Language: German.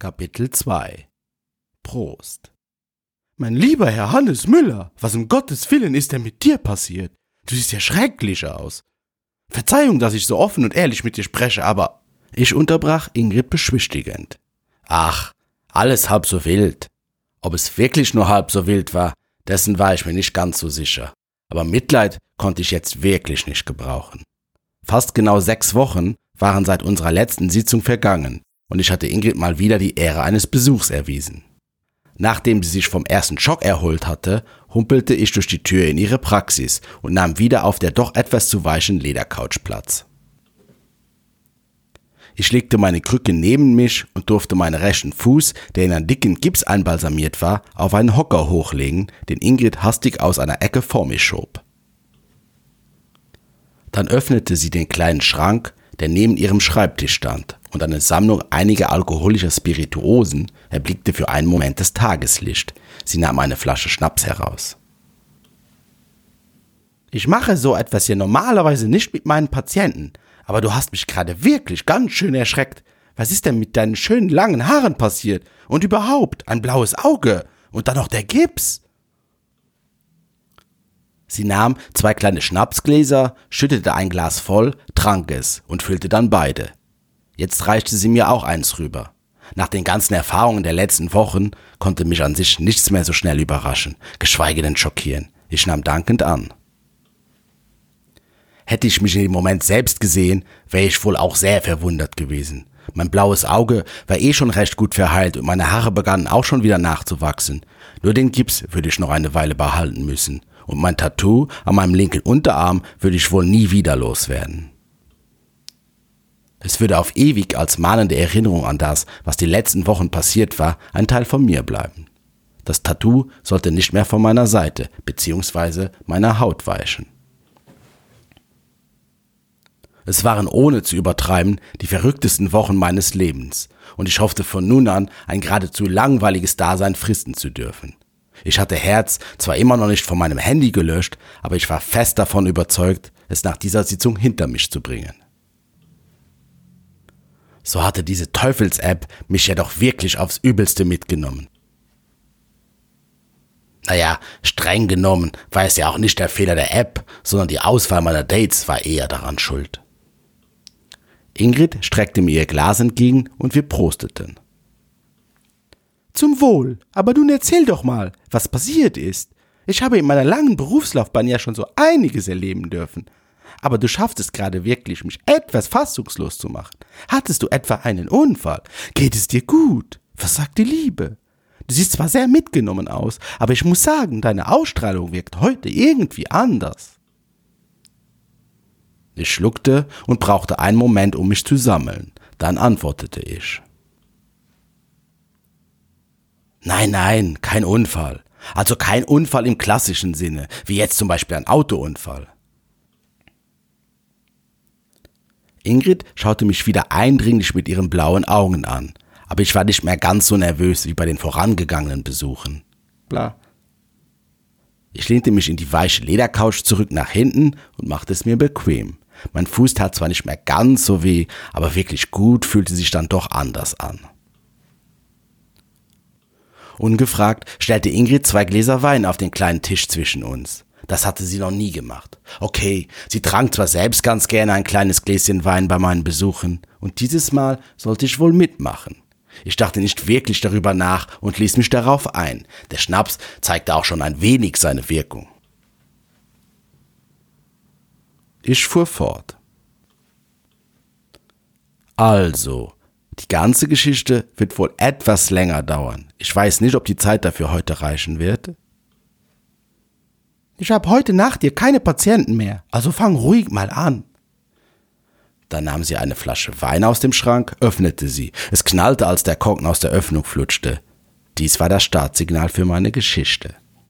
Kapitel 2 Prost. Mein lieber Herr Hannes Müller, was um Gottes Willen ist denn mit dir passiert? Du siehst ja schrecklich aus. Verzeihung, dass ich so offen und ehrlich mit dir spreche, aber... Ich unterbrach Ingrid beschwichtigend. Ach, alles halb so wild. Ob es wirklich nur halb so wild war, dessen war ich mir nicht ganz so sicher. Aber Mitleid konnte ich jetzt wirklich nicht gebrauchen. Fast genau 6 Wochen waren seit unserer letzten Sitzung vergangen und ich hatte Ingrid mal wieder die Ehre eines Besuchs erwiesen. Nachdem sie sich vom ersten Schock erholt hatte, humpelte ich durch die Tür in ihre Praxis und nahm wieder auf der doch etwas zu weichen Ledercouch Platz. Ich legte meine Krücke neben mich und durfte meinen rechten Fuß, der in einen dicken Gips einbalsamiert war, auf einen Hocker hochlegen, den Ingrid hastig aus einer Ecke vor mich schob. Dann öffnete sie den kleinen Schrank, der neben ihrem Schreibtisch stand, und eine Sammlung einiger alkoholischer Spirituosen erblickte für einen Moment das Tageslicht. Sie nahm eine Flasche Schnaps heraus. Ich mache so etwas hier normalerweise nicht mit meinen Patienten, aber du hast mich gerade wirklich ganz schön erschreckt. Was ist denn mit deinen schönen langen Haaren passiert? Und überhaupt, ein blaues Auge und dann noch der Gips. Sie nahm 2 kleine Schnapsgläser, schüttete ein Glas voll, trank es und füllte dann beide. Jetzt reichte sie mir auch eins rüber. Nach den ganzen Erfahrungen der letzten Wochen konnte mich an sich nichts mehr so schnell überraschen, geschweige denn schockieren. Ich nahm dankend an. Hätte ich mich in dem Moment selbst gesehen, wäre ich wohl auch sehr verwundert gewesen. Mein blaues Auge war schon recht gut verheilt und meine Haare begannen auch schon wieder nachzuwachsen. Nur den Gips würde ich noch eine Weile behalten müssen. Und mein Tattoo an meinem linken Unterarm würde ich wohl nie wieder loswerden. Es würde auf ewig als mahnende Erinnerung an das, was die letzten Wochen passiert war, ein Teil von mir bleiben. Das Tattoo sollte nicht mehr von meiner Seite bzw. meiner Haut weichen. Es waren ohne zu übertreiben die verrücktesten Wochen meines Lebens und ich hoffte von nun an ein geradezu langweiliges Dasein fristen zu dürfen. Ich hatte Herz zwar immer noch nicht von meinem Handy gelöscht, aber ich war fest davon überzeugt, es nach dieser Sitzung hinter mich zu bringen. So hatte diese Teufels-App mich jedoch wirklich aufs Übelste mitgenommen. Naja, streng genommen war es ja auch nicht der Fehler der App, sondern die Auswahl meiner Dates war eher daran schuld. Ingrid streckte mir ihr Glas entgegen und wir prosteten. Zum Wohl, aber nun erzähl doch mal, was passiert ist. Ich habe in meiner langen Berufslaufbahn ja schon so einiges erleben dürfen. Aber du schaffst es gerade wirklich, mich etwas fassungslos zu machen. Hattest du etwa einen Unfall? Geht es dir gut? Was sagt die Liebe? Du siehst zwar sehr mitgenommen aus, aber ich muss sagen, deine Ausstrahlung wirkt heute irgendwie anders. Ich schluckte und brauchte einen Moment, um mich zu sammeln. Dann antwortete ich. Nein, kein Unfall. Also kein Unfall im klassischen Sinne, wie jetzt zum Beispiel ein Autounfall. Ingrid schaute mich wieder eindringlich mit ihren blauen Augen an, aber ich war nicht mehr ganz so nervös wie bei den vorangegangenen Besuchen. Bla. Ich lehnte mich in die weiche Ledercouch zurück nach hinten und machte es mir bequem. Mein Fuß tat zwar nicht mehr ganz so weh, aber wirklich gut fühlte sich dann doch anders an. Ungefragt stellte Ingrid 2 Gläser Wein auf den kleinen Tisch zwischen uns. Das hatte sie noch nie gemacht. Okay, sie trank zwar selbst ganz gerne ein kleines Gläschen Wein bei meinen Besuchen und dieses Mal sollte ich wohl mitmachen. Ich dachte nicht wirklich darüber nach und ließ mich darauf ein. Der Schnaps zeigte auch schon ein wenig seine Wirkung. Ich fuhr fort. Also, die ganze Geschichte wird wohl etwas länger dauern. Ich weiß nicht, ob die Zeit dafür heute reichen wird. Ich habe heute Nacht hier keine Patienten mehr, also fang ruhig mal an. Dann nahm sie eine Flasche Wein aus dem Schrank, öffnete sie. Es knallte, als der Korken aus der Öffnung flutschte. Dies war das Startsignal für meine Geschichte.